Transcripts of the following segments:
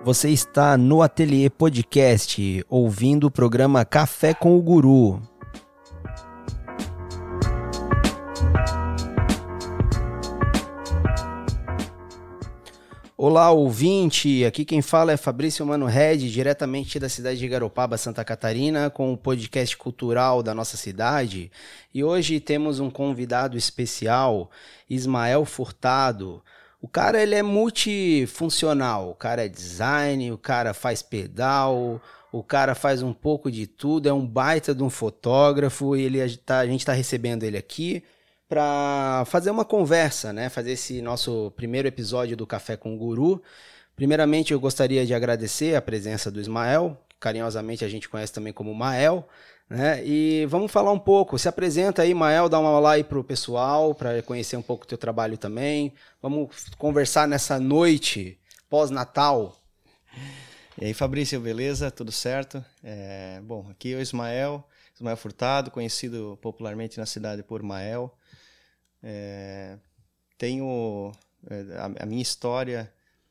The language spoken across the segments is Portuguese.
Você está no Ateliê Podcast, ouvindo o programa Café com o Guru. Olá, ouvinte! Aqui quem fala é Fabrício Mano Red, diretamente da cidade de Garopaba, Santa Catarina, com o podcast cultural da nossa cidade. E hoje temos um convidado especial, Ismael Furtado. O cara ele é multifuncional, o cara é design, o cara faz pedal, o cara faz um pouco de tudo, é um baita de um fotógrafo e a gente está recebendo ele aqui para fazer uma conversa, né? Fazer esse nosso primeiro episódio do Café com o Guru. Primeiramente, eu gostaria de agradecer a presença do Ismael, que carinhosamente a gente conhece também como Mael, né? E vamos falar um pouco. Se apresenta aí, Mael, dá uma olá aí pro pessoal, para conhecer um pouco o teu trabalho também. Vamos conversar nessa noite pós-Natal. E aí, Fabrício, beleza? Tudo certo? Bom, aqui é o Ismael Furtado, conhecido popularmente na cidade por Mael. Tenho a minha história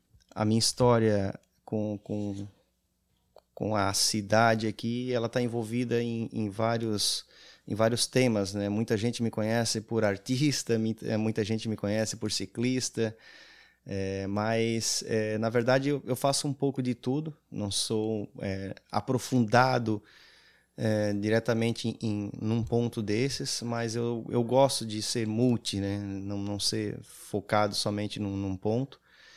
com a cidade aqui, ela está envolvida em vários temas, né? Muita gente me conhece por artista, muita gente me conhece por ciclista, mas na verdade eu faço um pouco de tudo, não sou aprofundado diretamente num ponto desses, mas eu gosto de ser multi, né? Não ser focado somente num ponto.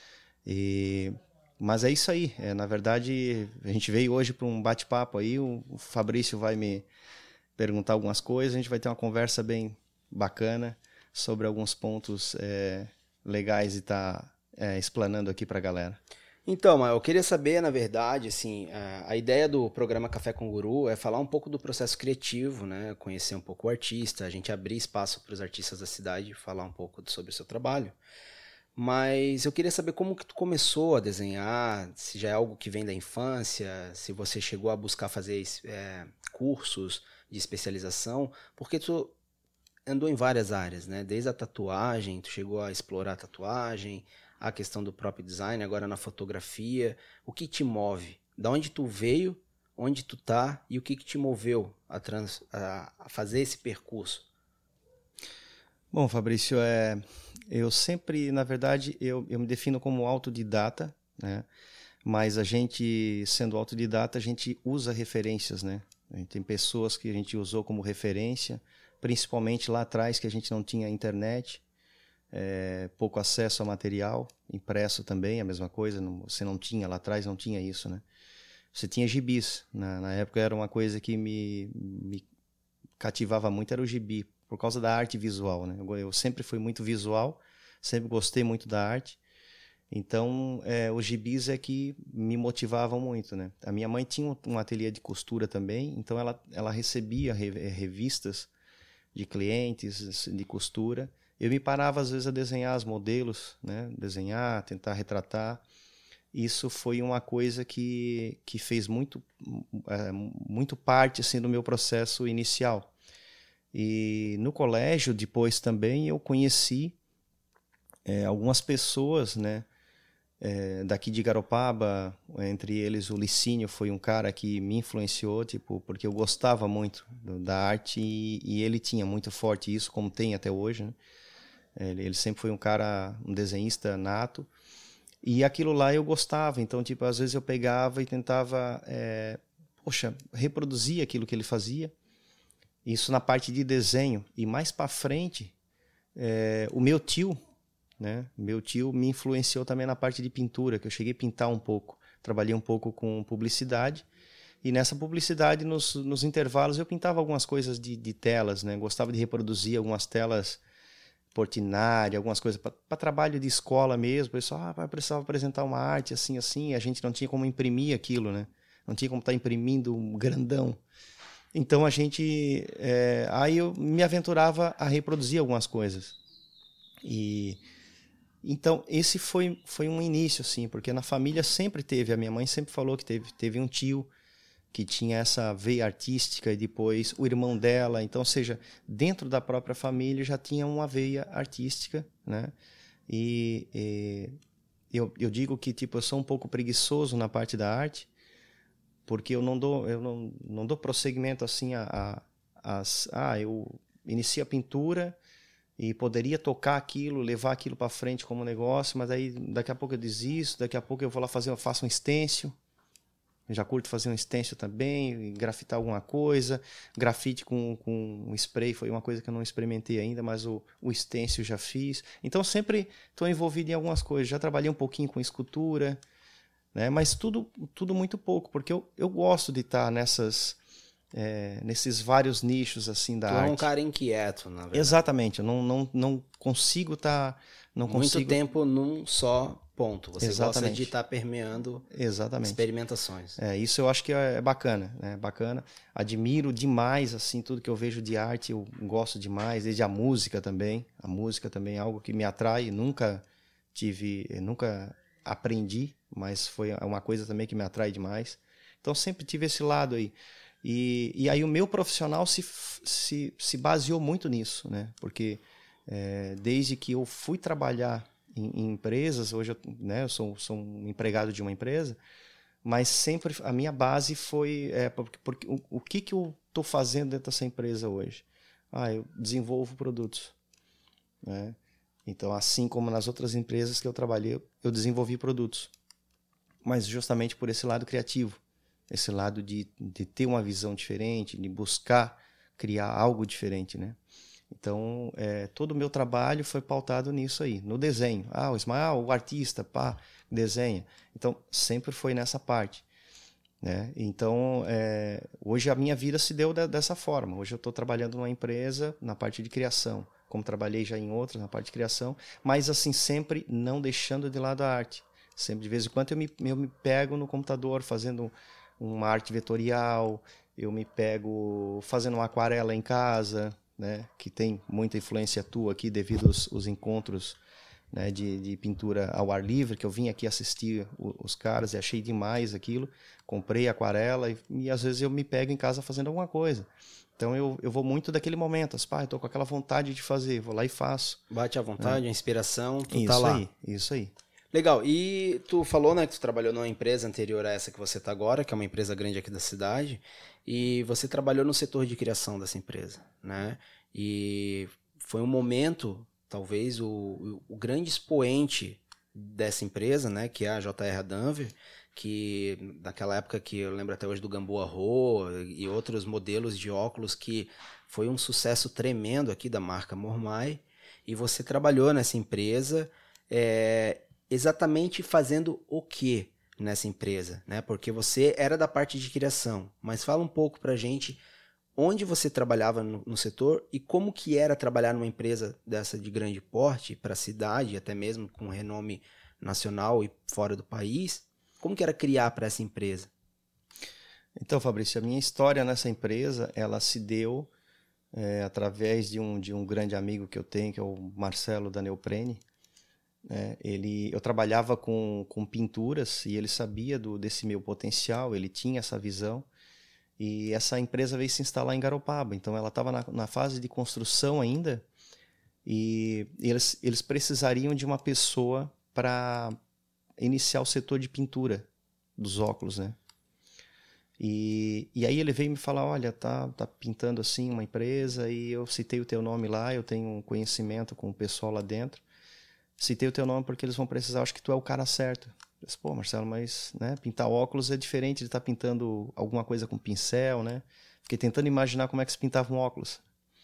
Mas é isso aí. Na verdade, a gente veio hoje para um bate-papo aí, o Fabrício vai me perguntar algumas coisas, a gente vai ter uma conversa bem bacana sobre alguns pontos legais e tá explanando aqui para a galera. Então, eu queria saber, na verdade, assim, a ideia do programa Café com o Guru é falar um pouco do processo criativo, né? Conhecer um pouco o artista, a gente abrir espaço para os artistas da cidade falar um pouco sobre o seu trabalho. Mas eu queria saber como que tu começou a desenhar, se já é algo que vem da infância, se você chegou a buscar fazer cursos de especialização, porque tu andou em várias áreas, né? Desde a tatuagem, tu chegou a explorar a tatuagem, a questão do próprio design, agora na fotografia. O que te move? Da onde tu veio, onde tu tá e o que te moveu a fazer esse percurso? Bom, Fabrício, eu sempre, na verdade, eu me defino como autodidata, né? Mas a gente, sendo autodidata, a gente usa referências, né? A gente tem pessoas que a gente usou como referência, principalmente lá atrás que a gente não tinha internet, pouco acesso a material, impresso também, a mesma coisa, você não tinha, lá atrás não tinha isso, né? Você tinha gibis, na época era uma coisa que me cativava muito, era o gibi, por causa da arte visual, né? Eu sempre fui muito visual, sempre gostei muito da arte, então os gibis é que me motivavam muito, né? A minha mãe tinha um ateliê de costura também, então ela recebia revistas de clientes de costura. Eu me parava às vezes a desenhar os modelos, né? Desenhar, tentar retratar. Isso foi uma coisa que fez muito parte assim, do meu processo inicial. E no colégio, depois também, eu conheci algumas pessoas, né? Daqui de Garopaba, entre eles o Licínio foi um cara que me influenciou, tipo, porque eu gostava muito da arte e ele tinha muito forte isso, como tem até hoje, né? Ele sempre foi um desenhista nato, e aquilo lá eu gostava, então, tipo, às vezes eu pegava e tentava, reproduzir aquilo que ele fazia, isso na parte de desenho, e mais para frente, o meu tio, né? Meu tio me influenciou também na parte de pintura, que eu cheguei a pintar um pouco, trabalhei um pouco com publicidade, e nessa publicidade, nos intervalos, eu pintava algumas coisas de telas, né? Gostava de reproduzir algumas telas Portinari, algumas coisas para trabalho de escola mesmo. O pessoal precisava apresentar uma arte assim, assim, a gente não tinha como imprimir aquilo, né? Não tinha como estar imprimindo um grandão. Então a gente, aí eu me aventurava a reproduzir algumas coisas. E então esse foi um início, assim, porque na família sempre teve, a minha mãe sempre falou que teve um tio que tinha essa veia artística e depois o irmão dela, então, ou seja, dentro da própria família já tinha uma veia artística, né? E eu digo que tipo eu sou um pouco preguiçoso na parte da arte, porque eu não dou prosseguimento assim eu inicio a pintura e poderia tocar aquilo, levar aquilo para frente como negócio, mas aí daqui a pouco eu desisto, daqui a pouco eu vou lá faço um stencil. Eu já curto fazer um stencil também, grafitar alguma coisa. Grafite com spray foi uma coisa que eu não experimentei ainda, mas o stencil já fiz. Então sempre estou envolvido em algumas coisas. Já trabalhei um pouquinho com escultura, né? Mas tudo muito pouco, porque eu gosto de estar nesses vários nichos assim da arte. Tu é um cara inquieto, na verdade. Exatamente, eu não consigo estar... Muito tempo num só ponto. Você gosta de estar permeando experimentações. Isso eu acho que é bacana, né? Bacana. Admiro demais assim tudo que eu vejo de arte, eu gosto demais, desde a música também. A música também é algo que me atrai, nunca aprendi, mas foi uma coisa também que me atrai demais. Então sempre tive esse lado aí. E aí o meu profissional se baseou muito nisso, né? Porque desde que eu fui trabalhar em empresas, hoje eu sou um empregado de uma empresa, mas sempre a minha base foi porque o que eu estou fazendo dentro dessa empresa hoje? Eu desenvolvo produtos, né? Então, assim como nas outras empresas que eu trabalhei, eu desenvolvi produtos, mas justamente por esse lado criativo, esse lado de ter uma visão diferente, de buscar criar algo diferente, né? Então, todo o meu trabalho foi pautado nisso aí, no desenho. O Ismael, o artista, desenha. Então, sempre foi nessa parte, né? Então, hoje a minha vida se deu dessa forma. Hoje eu estou trabalhando numa empresa na parte de criação, como trabalhei já em outras na parte de criação, mas assim, sempre não deixando de lado a arte. Sempre, de vez em quando, eu me pego no computador fazendo uma arte vetorial, eu me pego fazendo uma aquarela em casa, né, que tem muita influência tua aqui devido aos encontros, né, de pintura ao ar livre, que eu vim aqui assistir os caras e achei demais aquilo, comprei aquarela e às vezes eu me pego em casa fazendo alguma coisa. Então eu vou muito daquele momento, eu tô com aquela vontade de fazer, vou lá e faço. Bate à vontade, a inspiração, tu isso tá lá. Isso aí. Legal, e tu falou, né, que tu trabalhou numa empresa anterior a essa que você tá agora, que é uma empresa grande aqui da cidade, e você trabalhou no setor de criação dessa empresa, né? E foi um momento, talvez, o grande expoente dessa empresa, né, que é a JR Danver, que naquela época que eu lembro até hoje do Gamboa Ro e outros modelos de óculos que foi um sucesso tremendo aqui da marca Mormai, e você trabalhou nessa empresa, exatamente fazendo o que nessa empresa, né? Porque você era da parte de criação, mas fala um pouco pra gente onde você trabalhava no setor e como que era trabalhar numa empresa dessa de grande porte para a cidade, até mesmo com renome nacional e fora do país. Como que era criar para essa empresa? Então, Fabrício, a minha história nessa empresa, ela se deu através de um grande amigo que eu tenho, que é o Marcelo da Neoprene. Eu trabalhava com pinturas e ele sabia desse meu potencial, ele tinha essa visão. E essa empresa veio se instalar em Garopaba, então ela estava na fase de construção ainda e eles precisariam de uma pessoa para iniciar o setor de pintura dos óculos, né? E aí ele veio me falar, olha, tá pintando assim uma empresa e eu citei o teu nome lá, eu tenho um conhecimento com o pessoal lá dentro, citei o teu nome porque eles vão precisar, acho que tu é o cara certo. Eu disse, pô, Marcelo, mas né, pintar óculos é diferente de estar pintando alguma coisa com pincel, né? Fiquei tentando imaginar como é que se pintava um óculos.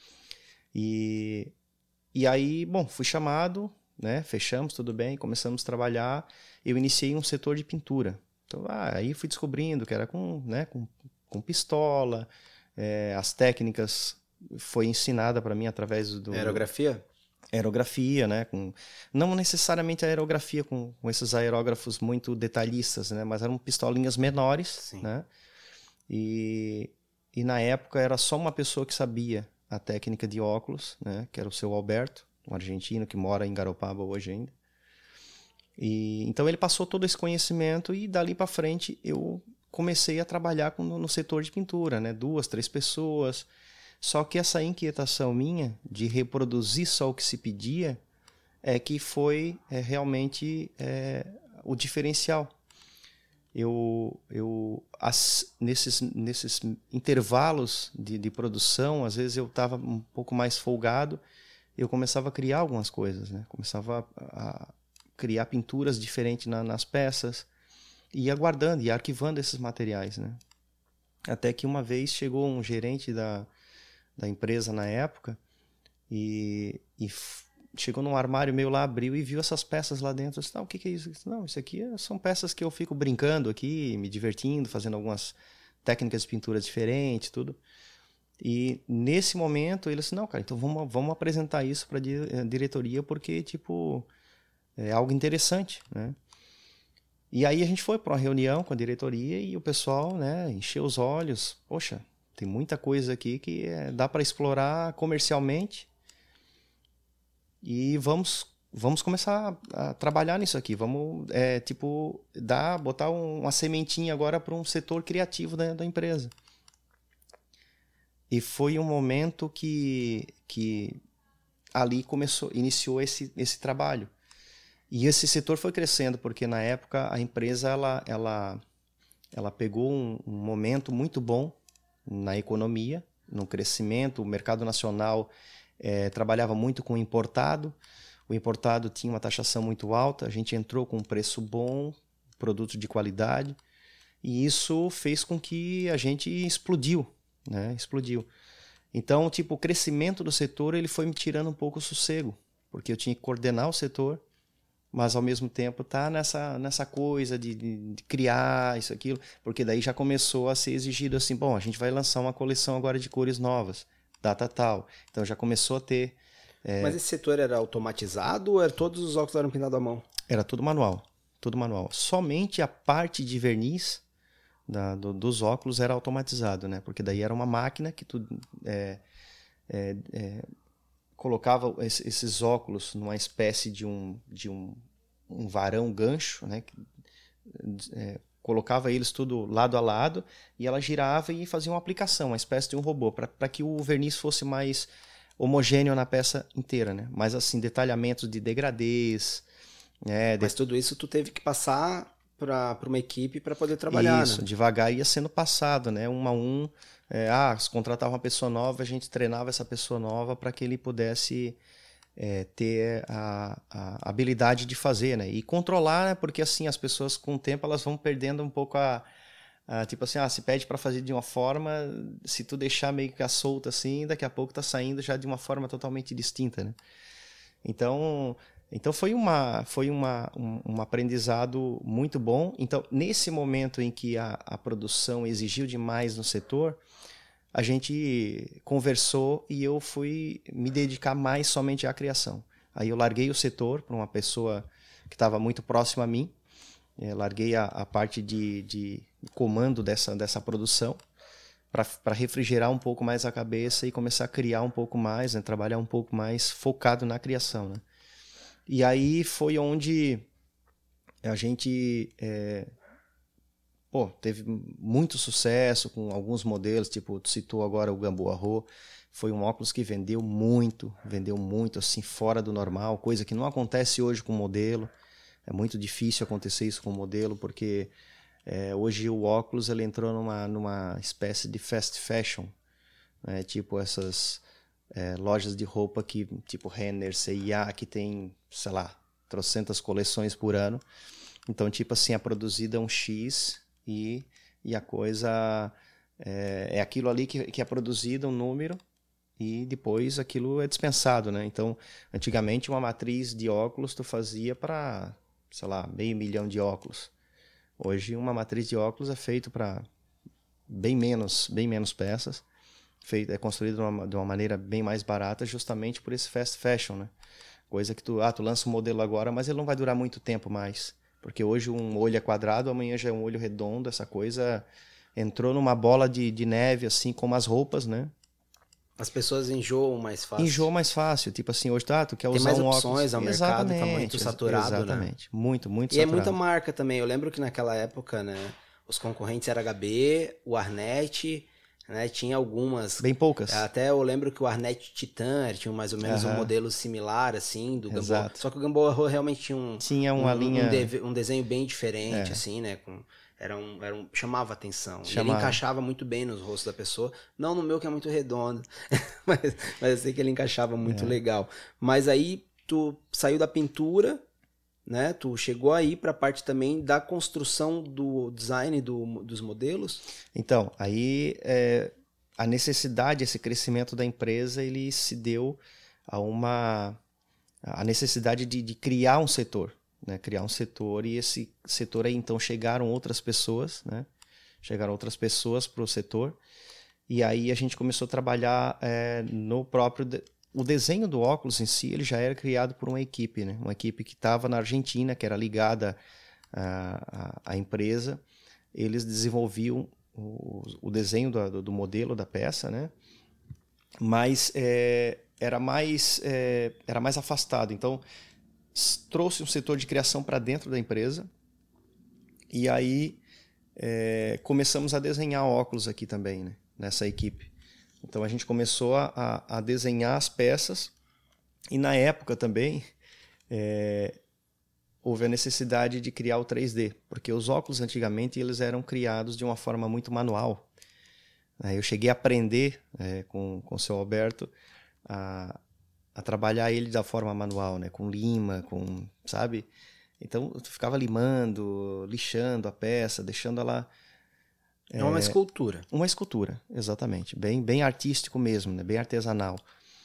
E aí, bom, fui chamado, né? Fechamos, tudo bem, começamos a trabalhar. Eu iniciei um setor de pintura. Então, aí fui descobrindo que era com pistola, as técnicas foi ensinada para mim através do... Aerografia? Aerografia, né? Não necessariamente a aerografia com esses aerógrafos muito detalhistas, né? Mas eram pistolinhas menores, sim, né? E na época era só uma pessoa que sabia a técnica de óculos, né? Que era o seu Alberto, um argentino que mora em Garopaba hoje ainda. E então ele passou todo esse conhecimento e dali para frente eu comecei a trabalhar no setor de pintura, né? 2, 3 pessoas. Só que essa inquietação minha de reproduzir só o que se pedia é que foi realmente o diferencial. Nesses intervalos de produção, às vezes eu estava um pouco mais folgado, eu começava a criar algumas coisas, né? Começava a criar pinturas diferentes nas peças, e ia guardando, ia arquivando esses materiais, né? Até que uma vez chegou um gerente da empresa na época e chegou num armário meu lá, abriu e viu essas peças lá dentro. Eu disse, o que é isso? Eu disse, não, isso aqui são peças que eu fico brincando aqui, me divertindo, fazendo algumas técnicas de pintura diferentes, tudo. E nesse momento ele disse, não, cara, então vamos apresentar isso para a diretoria porque, tipo, é algo interessante, né? E aí a gente foi para uma reunião com a diretoria e o pessoal, né, encheu os olhos. Poxa, tem muita coisa aqui que dá para explorar comercialmente e vamos começar a trabalhar nisso aqui. Vamos, botar uma sementinha agora para um setor criativo da empresa. E foi um momento que ali iniciou esse trabalho. E esse setor foi crescendo, porque na época a empresa ela pegou um momento muito bom na economia, no crescimento. O mercado nacional trabalhava muito com o importado tinha uma taxação muito alta, a gente entrou com um preço bom, produto de qualidade, e isso fez com que a gente explodiu, né? Explodiu. Então, tipo, o crescimento do setor ele foi me tirando um pouco o sossego, porque eu tinha que coordenar o setor, mas ao mesmo tempo tá nessa coisa de criar isso, aquilo, porque daí já começou a ser exigido assim, bom, a gente vai lançar uma coleção agora de cores novas, data tal, então já começou a ter... Mas esse setor era automatizado ou todos os óculos eram pintados à mão? Era tudo manual. Somente a parte de verniz dos óculos era automatizado, né? Porque daí era uma máquina que tu colocava esses óculos numa espécie de um varão gancho, né? Colocava eles tudo lado a lado e ela girava e fazia uma aplicação, uma espécie de um robô, para que o verniz fosse mais homogêneo na peça inteira, né? Mas assim, detalhamentos de degradês... Mas tudo isso tu teve que passar para uma equipe para poder trabalhar, isso, né? Devagar ia sendo passado, né? Um a um. Se contratava uma pessoa nova, a gente treinava essa pessoa nova para que ele pudesse ter a habilidade de fazer, né? E controlar, né? Porque assim, as pessoas com o tempo elas vão perdendo um pouco tipo assim, se pede para fazer de uma forma, se tu deixar meio que solta assim, daqui a pouco tá saindo já de uma forma totalmente distinta, né? Então foi um aprendizado muito bom. Então, nesse momento em que a produção exigiu demais no setor, a gente conversou e eu fui me dedicar mais somente à criação. Aí eu larguei o setor para uma pessoa que estava muito próxima a mim, larguei a parte de comando dessa produção para refrigerar um pouco mais a cabeça e começar a criar um pouco mais, né, trabalhar um pouco mais focado na criação, né? E aí foi onde a gente teve muito sucesso com alguns modelos, tipo, tu citou agora o Gamboa Ro, foi um óculos que vendeu muito, assim, fora do normal, coisa que não acontece hoje com modelo. É muito difícil acontecer isso com modelo, porque hoje o óculos ele entrou numa espécie de fast fashion, né? Tipo essas... lojas de roupa que, tipo Renner, C&A, que tem, sei lá, trocentas coleções por ano. Então, tipo assim, é produzida um X e a coisa é aquilo ali que é produzido, um número, e depois aquilo é dispensado, né? Então, antigamente, uma matriz de óculos tu fazia para, sei lá, 500 mil de óculos. Hoje, uma matriz de óculos é feita para bem menos peças. É construído de uma maneira bem mais barata, justamente por esse fast fashion, né? Coisa que tu lança um modelo agora, mas ele não vai durar muito tempo mais, porque hoje um olho é quadrado, amanhã já é um olho redondo. Essa coisa entrou numa bola de neve, assim como as roupas, né? As pessoas enjoam mais fácil. Enjoam mais fácil, tipo assim, hoje tu quer Tem usar mais um opções, óculos. O mercado tá muito saturado, exatamente. Né? Muito e saturado. É muita marca também. Eu lembro que naquela época, né, os concorrentes eram HB, o Arnett, né? Tinha algumas... Bem poucas. Até eu lembro que o Arnett Titan tinha mais ou menos um modelo similar, assim, do Gamboa. Exato. Só que o Gamboa realmente tinha uma linha... um desenho bem diferente, assim, né? Chamava atenção. E ele encaixava muito bem nos rostos da pessoa. Não no meu, que é muito redondo. mas eu sei que ele encaixava muito legal. Mas aí tu saiu da pintura, né? Tu chegou aí para a parte também da construção do design dos modelos? Então, aí a necessidade, esse crescimento da empresa, ele se deu a necessidade de criar um setor, né? Criar um setor, e esse setor aí, então, chegaram outras pessoas, né? Chegaram outras pessoas para o setor, e aí a gente começou a trabalhar no próprio... O desenho do óculos em si, ele já era criado por uma equipe, né? Uma equipe que estava na Argentina, que era ligada à empresa. Eles desenvolviam o desenho do modelo da peça, né? Mas era mais afastado. Então, trouxe um setor de criação para dentro da empresa, e aí começamos a desenhar óculos aqui também, né? Nessa equipe. Então a gente começou a desenhar as peças, e na época também houve a necessidade de criar o 3D, porque os óculos antigamente eles eram criados de uma forma muito manual. Eu cheguei a aprender com o seu Alberto a trabalhar ele da forma manual, né? Com lima, sabe? Então eu ficava limando, lixando a peça, deixando ela... É uma escultura. Uma escultura, exatamente. Bem artístico mesmo, né? Bem artesanal.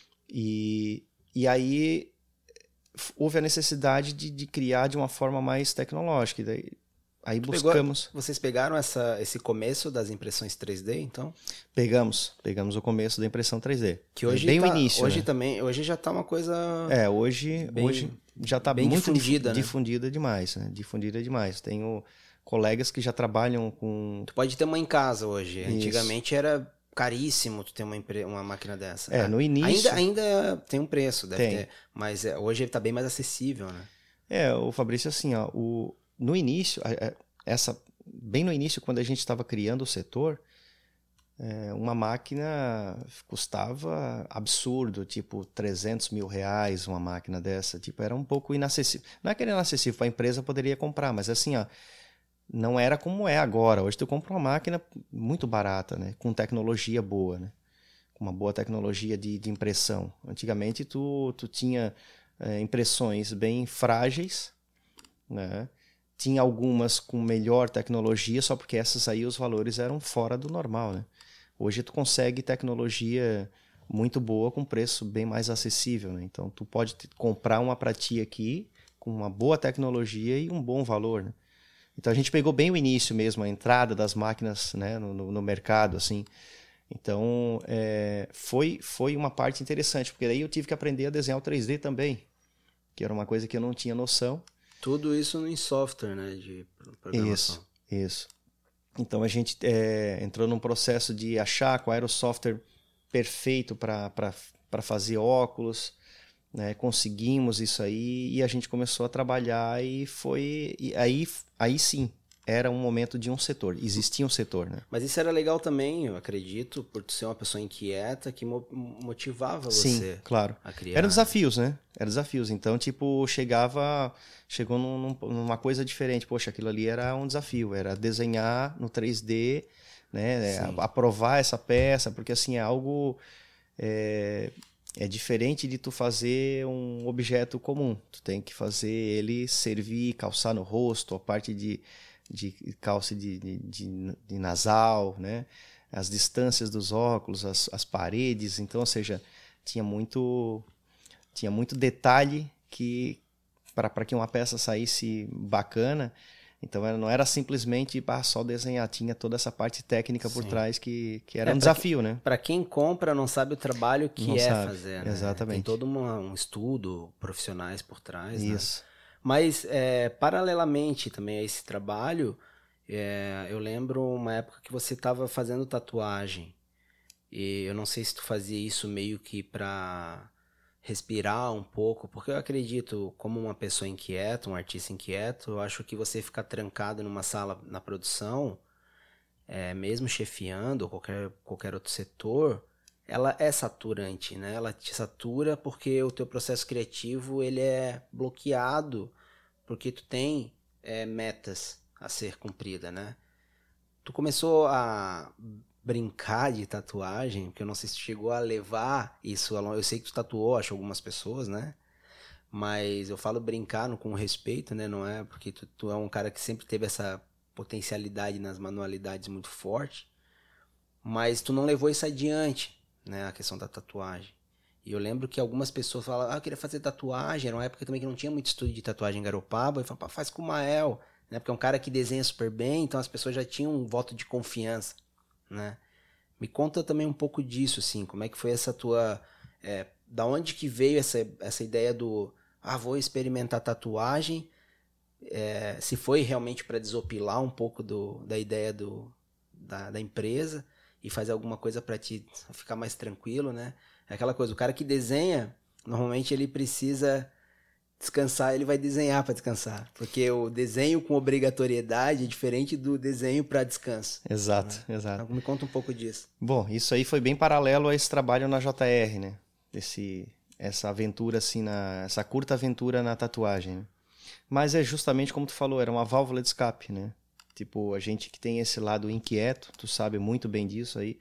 E aí houve a necessidade de criar de uma forma mais tecnológica. Aí buscamos... Vocês pegaram esse começo das impressões 3D, então? Pegamos o começo da impressão 3D. Que hoje bem o início, hoje né? também, hoje já está uma coisa... Hoje já está muito difundida, né? Difundida demais, né? Difundida demais. Tenho colegas que já trabalham com... Tu pode ter uma em casa hoje. Isso. Antigamente era caríssimo tu ter uma máquina dessa. No início... Ainda tem um preço, deve tem. ter. Mas hoje está bem mais acessível, né? O Fabrício, assim, ó, no início, bem no início, quando a gente estava criando o setor, uma máquina custava absurdo, tipo R$300 mil uma máquina dessa. Tipo, era um pouco inacessível. Não é que era inacessível, a empresa poderia comprar, mas assim, ó, não era como é agora. Hoje tu compra uma máquina muito barata, né? Com tecnologia boa, né? Com uma boa tecnologia de impressão. Antigamente tu tinha impressões bem frágeis, né? Tinha algumas com melhor tecnologia, só porque essas aí os valores eram fora do normal, né? Hoje tu consegue tecnologia muito boa com preço bem mais acessível, né? Então tu pode comprar uma pra ti aqui com uma boa tecnologia e um bom valor, né? Então a gente pegou bem o início mesmo, a entrada das máquinas, né, no mercado, assim. Então foi uma parte interessante, porque daí eu tive que aprender a desenhar o 3D também, que era uma coisa que eu não tinha noção. Tudo isso em software, né, de programação. Isso. Então a gente entrou num processo de achar qual era o software perfeito para fazer óculos, né? Conseguimos isso aí e a gente começou a trabalhar e aí sim era um momento de um setor, existia um setor, né? Mas isso era legal também, eu acredito, por tu ser uma pessoa inquieta que motivava Sim, você claro. a criar. Eram desafios, né? Eram desafios. Então, tipo, chegou numa coisa diferente. Poxa, aquilo ali era um desafio, era desenhar no 3D, né? Aprovar essa peça, porque assim, é algo... É diferente de tu fazer um objeto comum. Tu tem que fazer ele servir, calçar no rosto, a parte de calça de nasal, né? As distâncias dos óculos, as paredes. Então, ou seja, tinha muito detalhe para que uma peça saísse bacana. Então não era simplesmente só desenhar, tinha toda essa parte técnica por trás que era um desafio, né? Para quem compra não sabe o trabalho que não sabe. Fazer, né? Exatamente. Tem todo um estudo, profissionais por trás, Isso. Né? Mas paralelamente também a esse trabalho, eu lembro uma época que você estava fazendo tatuagem. E eu não sei se tu fazia isso meio que para respirar um pouco, porque eu acredito, como uma pessoa inquieta, um artista inquieto, eu acho que você ficar trancado numa sala na produção mesmo chefiando ou qualquer outro setor, ela é saturante, né? Ela te satura porque o teu processo criativo ele é bloqueado porque tu tem metas a ser cumprida, né? Tu começou a brincar de tatuagem, porque eu não sei se tu chegou a levar isso a longe. Eu sei que tu tatuou, acho, algumas pessoas, né? Mas eu falo brincar com respeito, né? Não é porque tu é um cara que sempre teve essa potencialidade nas manualidades muito forte, mas tu não levou isso adiante, né? A questão da tatuagem. E eu lembro que algumas pessoas falavam, eu queria fazer tatuagem. Era uma época também que não tinha muito estúdio de tatuagem em Garopaba. E falavam, faz com o Mael, né? Porque é um cara que desenha super bem, então as pessoas já tinham um voto de confiança, né? Me conta também um pouco disso, assim, como é que foi essa tua... da onde que veio essa ideia do... vou experimentar tatuagem, se foi realmente para desopilar um pouco da ideia da empresa e fazer alguma coisa para ti ficar mais tranquilo, né? É aquela coisa, o cara que desenha, normalmente ele precisa descansar, ele vai desenhar para descansar, porque o desenho com obrigatoriedade é diferente do desenho para descanso. Exato, Né? exato. Então, me conta um pouco disso. Bom, isso aí foi bem paralelo a esse trabalho na JR, né? Essa aventura, assim, essa curta aventura na tatuagem, né? Mas é justamente como tu falou, era uma válvula de escape, né? Tipo, a gente que tem esse lado inquieto, tu sabe muito bem disso aí,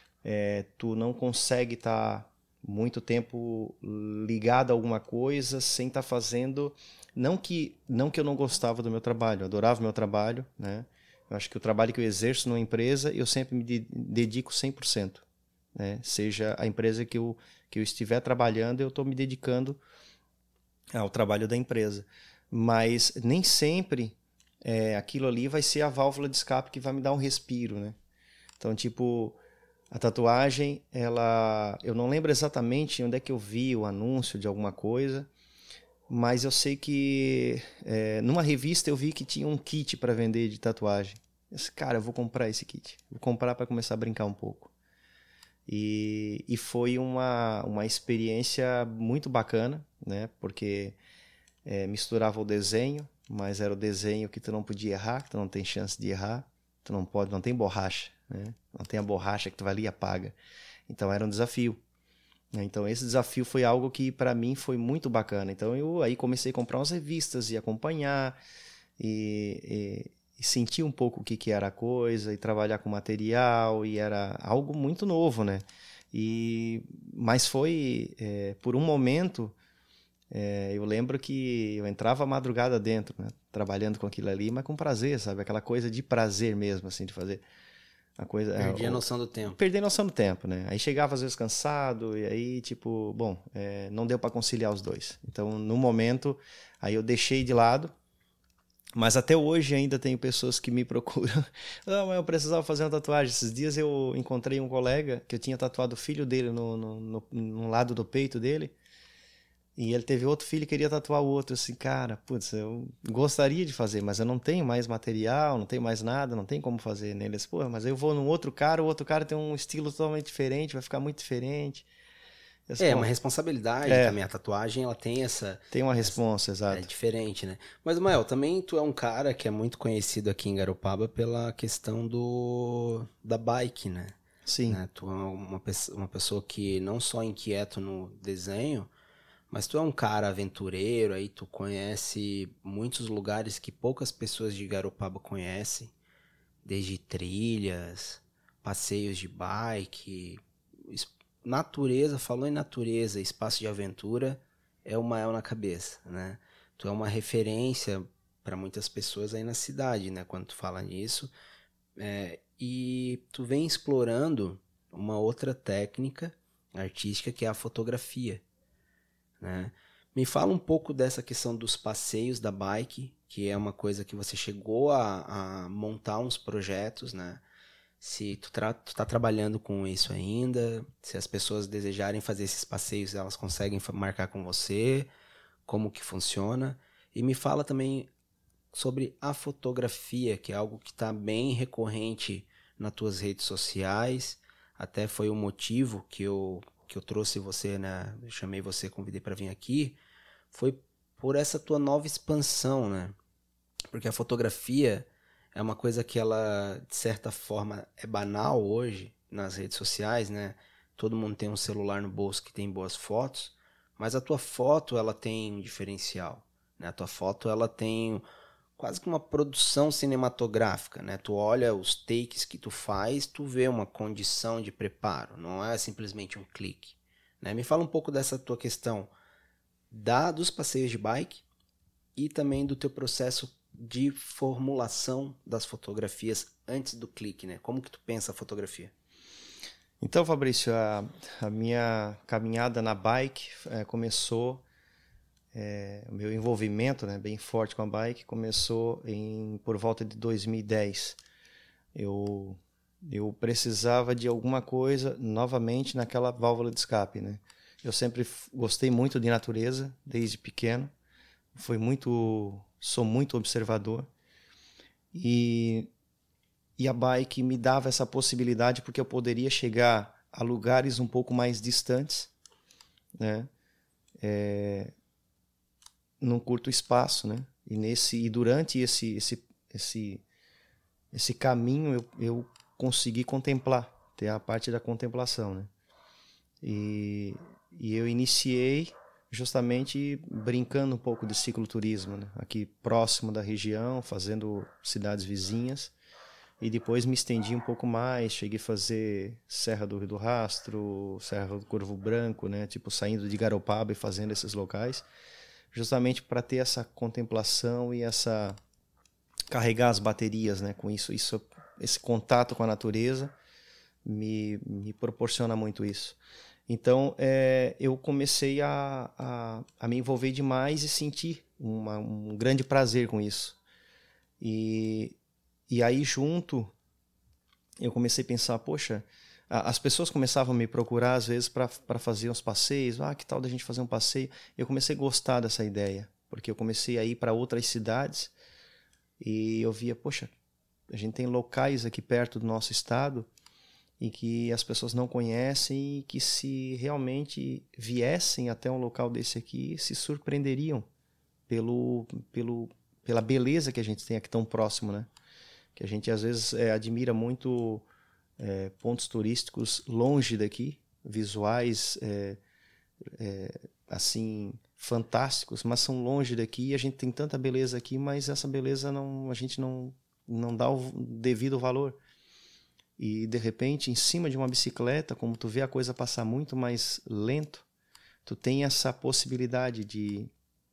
tu não consegue estar muito tempo ligado a alguma coisa sem estar fazendo... Não que eu não gostava do meu trabalho, eu adorava o meu trabalho, né? Eu acho que o trabalho que eu exerço numa empresa, eu sempre me dedico 100%. Né? Seja a empresa que eu estiver trabalhando, eu estou me dedicando ao trabalho da empresa. Mas nem sempre aquilo ali vai ser a válvula de escape que vai me dar um respiro, né? Então, tipo, a tatuagem, eu não lembro exatamente onde é que eu vi o anúncio de alguma coisa, mas eu sei que numa revista eu vi que tinha um kit para vender de tatuagem. Eu disse, cara, eu vou comprar esse kit. Vou comprar para começar a brincar um pouco. E foi uma experiência muito bacana, né? Porque misturava o desenho, mas era o desenho que tu não podia errar, que tu não tem chance de errar. Tu não tem borracha, né? Não tem a borracha que tu vai ali e apaga. Então era um desafio. Então esse desafio foi algo que para mim foi muito bacana. Então eu aí comecei a comprar umas revistas e acompanhar e sentir um pouco o que era a coisa e trabalhar com material, e era algo muito novo, né? Mas foi por um momento, eu lembro que eu entrava a madrugada dentro, né? Trabalhando com aquilo ali, mas com prazer, sabe? Aquela coisa de prazer mesmo, assim, de fazer a coisa. Perdi a noção do tempo. Perdi a noção do tempo, né? Aí chegava às vezes cansado e aí, tipo, bom, não deu para conciliar os dois. Então, no momento, aí eu deixei de lado. Mas até hoje ainda tenho pessoas que me procuram. Não, mas eu precisava fazer uma tatuagem. Esses dias eu encontrei um colega que eu tinha tatuado o filho dele no lado do peito dele. E ele teve outro filho e queria tatuar o outro. Assim, cara, putz, eu gostaria de fazer, mas eu não tenho mais material, não tenho mais nada, não tem como fazer neles. Pô, mas eu vou num outro cara, o outro cara tem um estilo totalmente diferente, vai ficar muito diferente. Uma responsabilidade também. A tatuagem, ela tem essa... Tem uma responsa, exato. É diferente, né? Mas, Mael, também tu é um cara que é muito conhecido aqui em Garopaba pela questão da bike, né? Sim. Né? Tu é uma pessoa que não só é inquieto no desenho, mas tu é um cara aventureiro, aí tu conhece muitos lugares que poucas pessoas de Garopaba conhecem, desde trilhas, passeios de bike, natureza, falou em natureza, espaço de aventura, é o Mael na cabeça, né? Tu é uma referência para muitas pessoas aí na cidade, né? Quando tu fala nisso. E tu vem explorando uma outra técnica artística que é a fotografia, né? Me fala um pouco dessa questão dos passeios da bike, que é uma coisa que você chegou a montar uns projetos, né? Se tu tá trabalhando com isso ainda, se as pessoas desejarem fazer esses passeios, elas conseguem marcar com você, como que funciona. E me fala também sobre a fotografia, que é algo que está bem recorrente nas tuas redes sociais. Até foi o motivo que eu trouxe você, né? Eu chamei você, convidei para vir aqui. Foi por essa tua nova expansão, né? Porque a fotografia, é uma coisa que ela, de certa forma, é banal hoje nas redes sociais, né? Todo mundo tem um celular no bolso que tem boas fotos, mas a tua foto, ela tem um diferencial, né? A tua foto, ela tem quase que uma produção cinematográfica, né? Tu olha os takes que tu faz, tu vê uma condição de preparo, não é simplesmente um clique, né? Me fala um pouco dessa tua questão dos passeios de bike e também do teu processo de formulação das fotografias antes do clique, né? Como que tu pensa a fotografia? Então, Fabrício, a minha caminhada na bike começou, o meu envolvimento, né, bem forte com a bike começou por volta de 2010. Eu precisava de alguma coisa novamente naquela válvula de escape, né? Eu sempre gostei muito de natureza, desde pequeno. Sou muito observador. E a bike me dava essa possibilidade porque eu poderia chegar a lugares um pouco mais distantes, né? Num curto espaço, né? E durante esse caminho eu consegui contemplar, ter a parte da contemplação, né? E eu iniciei justamente brincando um pouco de cicloturismo, né? Aqui próximo da região, fazendo cidades vizinhas. E depois me estendi um pouco mais, cheguei a fazer Serra do Rio do Rastro, Serra do Corvo Branco, né? Tipo, saindo de Garopaba e fazendo esses locais, justamente para ter essa contemplação e carregar as baterias, né? Com isso, esse contato com a natureza me proporciona muito isso. Então, eu comecei a me envolver demais e sentir um grande prazer com isso. E aí, junto, eu comecei a pensar, poxa, as pessoas começavam a me procurar, às vezes, para fazer uns passeios. Que tal da gente fazer um passeio? Eu comecei a gostar dessa ideia, porque eu comecei a ir para outras cidades e eu via, poxa, a gente tem locais aqui perto do nosso estado e que as pessoas não conhecem e que, se realmente viessem até um local desse aqui, se surpreenderiam pela beleza que a gente tem aqui tão próximo, né? Que a gente às vezes admira muito pontos turísticos longe daqui, visuais assim fantásticos, mas são longe daqui. E a gente tem tanta beleza aqui, mas essa beleza a gente não dá o devido valor. E de repente, em cima de uma bicicleta, como tu vê a coisa passar muito mais lento, tu tem essa possibilidade de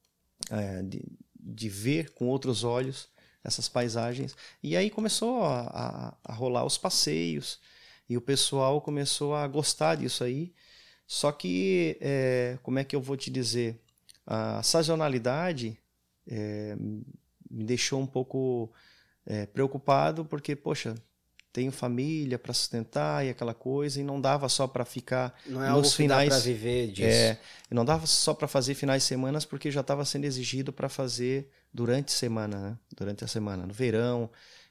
ver com outros olhos essas paisagens. E aí começou a rolar os passeios e o pessoal começou a gostar disso aí. Só que, como é que eu vou te dizer? A sazonalidade me deixou um pouco preocupado, porque, poxa, tenho família para sustentar e aquela coisa, e não dava só para ficar não é algo que dá para viver disso. Não dava só para fazer finais de semana, porque já estava sendo exigido para fazer durante a semana, né? Durante a semana, no verão,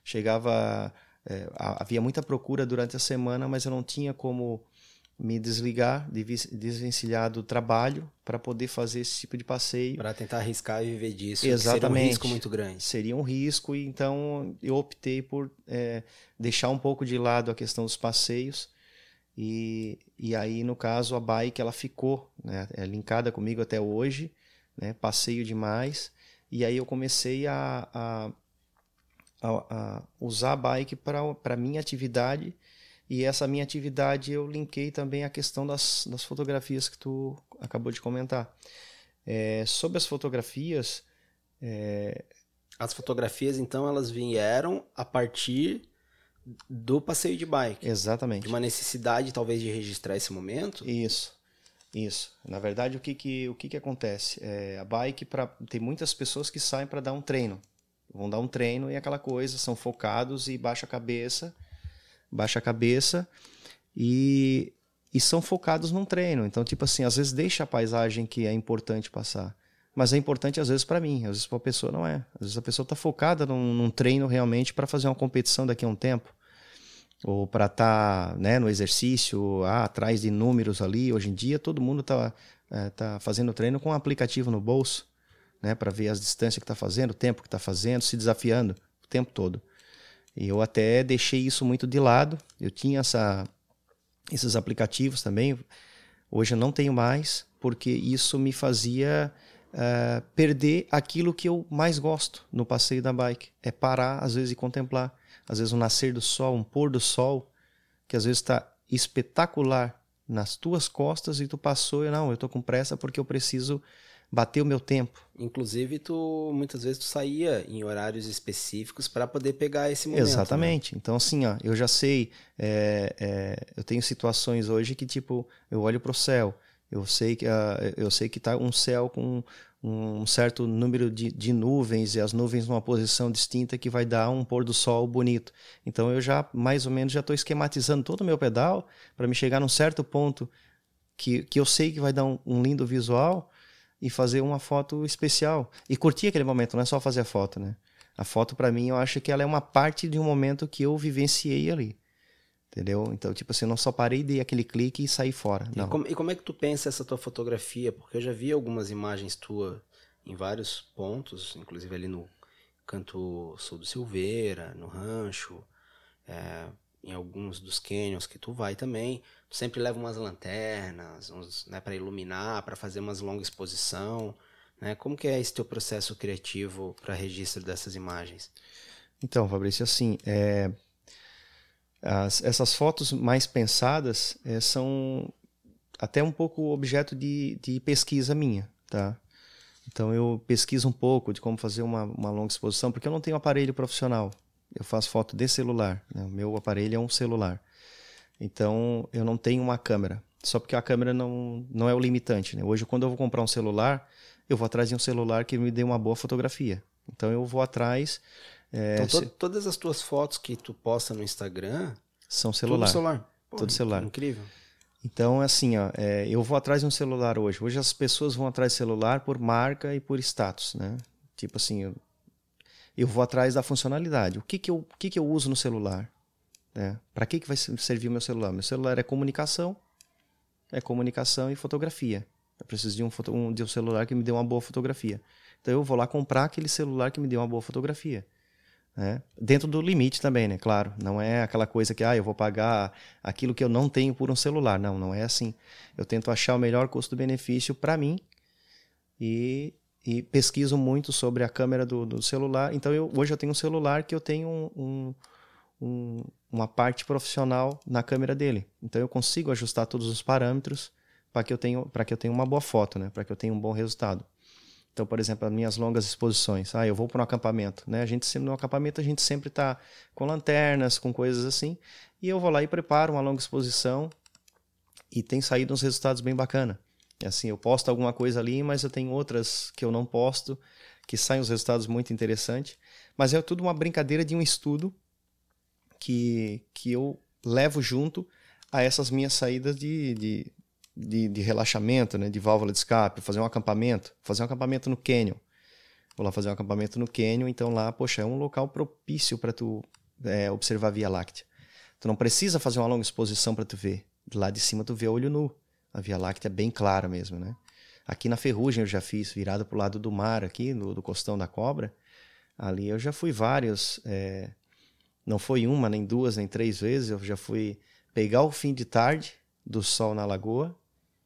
havia muita procura durante a semana, mas eu não tinha como me desvencilhar do trabalho para poder fazer esse tipo de passeio. Para tentar arriscar e viver disso. Exatamente. Seria um risco muito grande. Seria um risco, e então eu optei por deixar um pouco de lado a questão dos passeios. E aí, no caso, a bike ela ficou, né, linkada comigo até hoje, né, passeio demais. E aí eu comecei a usar a bike para minha atividade. E essa minha atividade eu linkei também a questão das fotografias que tu acabou de comentar. Sobre as fotografias... As fotografias, então, elas vieram a partir do passeio de bike. Exatamente. De uma necessidade, talvez, de registrar esse momento? Isso. Na verdade, o que acontece? A bike, tem muitas pessoas que saem para dar um treino. Vão dar um treino e aquela coisa, são focados e baixa a cabeça e são focados num treino. Então, tipo assim, às vezes deixa a paisagem que é importante passar. Mas é importante às vezes para mim, às vezes para a pessoa não é. Às vezes a pessoa está focada num treino realmente para fazer uma competição daqui a um tempo. Ou para estar no exercício, atrás de números ali. Hoje em dia todo mundo tá fazendo treino com um aplicativo no bolso, né, para ver as distâncias que está fazendo, o tempo que está fazendo, se desafiando o tempo todo. E eu até deixei isso muito de lado. Eu tinha esses aplicativos também. Hoje eu não tenho mais, porque isso me fazia perder aquilo que eu mais gosto no passeio da bike. É parar, às vezes, e contemplar. Às vezes um nascer do sol, um pôr do sol, que às vezes está espetacular nas tuas costas e tu passou e não, eu tô com pressa porque eu preciso bater o meu tempo. Inclusive, muitas vezes tu saía em horários específicos para poder pegar esse momento. Exatamente. Né? Então, assim, ó, eu já sei, eu tenho situações hoje que, tipo, eu olho para o céu, eu sei que tá um céu com um certo número de nuvens e as nuvens numa posição distinta que vai dar um pôr do sol bonito. Então, eu já, mais ou menos, já estou esquematizando todo o meu pedal para me chegar num certo ponto que eu sei que vai dar um lindo visual e fazer uma foto especial. E curtir aquele momento, não é só fazer a foto, né? A foto, para mim, eu acho que ela é uma parte de um momento que eu vivenciei ali. Entendeu? Então, tipo assim, eu não só parei, dei aquele clique e saí fora. Não. E como é que tu pensa essa tua fotografia? Porque eu já vi algumas imagens tuas em vários pontos, inclusive ali no canto sul do Silveira, no Rancho, em alguns dos canyons que tu vai também. Tu sempre leva umas lanternas, né, para iluminar, para fazer umas longa exposição. Né? Como que é esse teu processo criativo para registro dessas imagens? Então, Fabrício, assim, essas fotos mais pensadas são até um pouco objeto de pesquisa minha, tá? Então eu pesquiso um pouco de como fazer uma longa exposição, porque eu não tenho aparelho profissional. Eu faço foto de celular, né? O meu aparelho é um celular. Então eu não tenho uma câmera. Só porque a câmera não é o limitante, né? Hoje, quando eu vou comprar um celular, eu vou atrás de um celular que me dê uma boa fotografia. Então eu vou atrás... Então todas as tuas fotos que tu posta no Instagram... São celular. Tudo celular. Pô, tudo celular. Incrível. Então, assim, ó, eu vou atrás de um celular hoje. Hoje as pessoas vão atrás de celular por marca e por status, né? Tipo assim, eu vou atrás da funcionalidade. O que eu uso no celular? Né? Para que vai servir o meu celular? Meu celular é comunicação e fotografia. Eu preciso de um celular que me dê uma boa fotografia. Então eu vou lá comprar aquele celular que me dê uma boa fotografia. Né? Dentro do limite também, né? Claro, não é aquela coisa que eu vou pagar aquilo que eu não tenho por um celular. Não é assim. Eu tento achar o melhor custo-benefício para mim e pesquiso muito sobre a câmera do celular. Então hoje eu tenho um celular que eu tenho uma parte profissional na câmera dele. Então eu consigo ajustar todos os parâmetros para que eu tenha uma boa foto, né? Para que eu tenha um bom resultado. Então, por exemplo, as minhas longas exposições. Eu vou para um acampamento, né? No acampamento a gente sempre está com lanternas, com coisas assim. E eu vou lá e preparo uma longa exposição e tem saído uns resultados bem bacanas. Assim, eu posto alguma coisa ali, mas eu tenho outras que eu não posto, que saem os resultados muito interessantes. Mas é tudo uma brincadeira de um estudo que eu levo junto a essas minhas saídas de relaxamento, né, de válvula de escape, fazer um acampamento no Canyon. Vou lá fazer um acampamento no Canyon, então lá, poxa, é um local propício para tu observar a Via Láctea. Tu não precisa fazer uma longa exposição para tu ver. De lá de cima tu vê a olho nu. A Via Láctea é bem clara mesmo, né? Aqui na Ferrugem eu já fiz, virado pro lado do mar aqui, do Costão da Cobra. Ali eu já fui vários, não foi uma, nem duas, nem três vezes, eu já fui pegar o fim de tarde do sol na lagoa,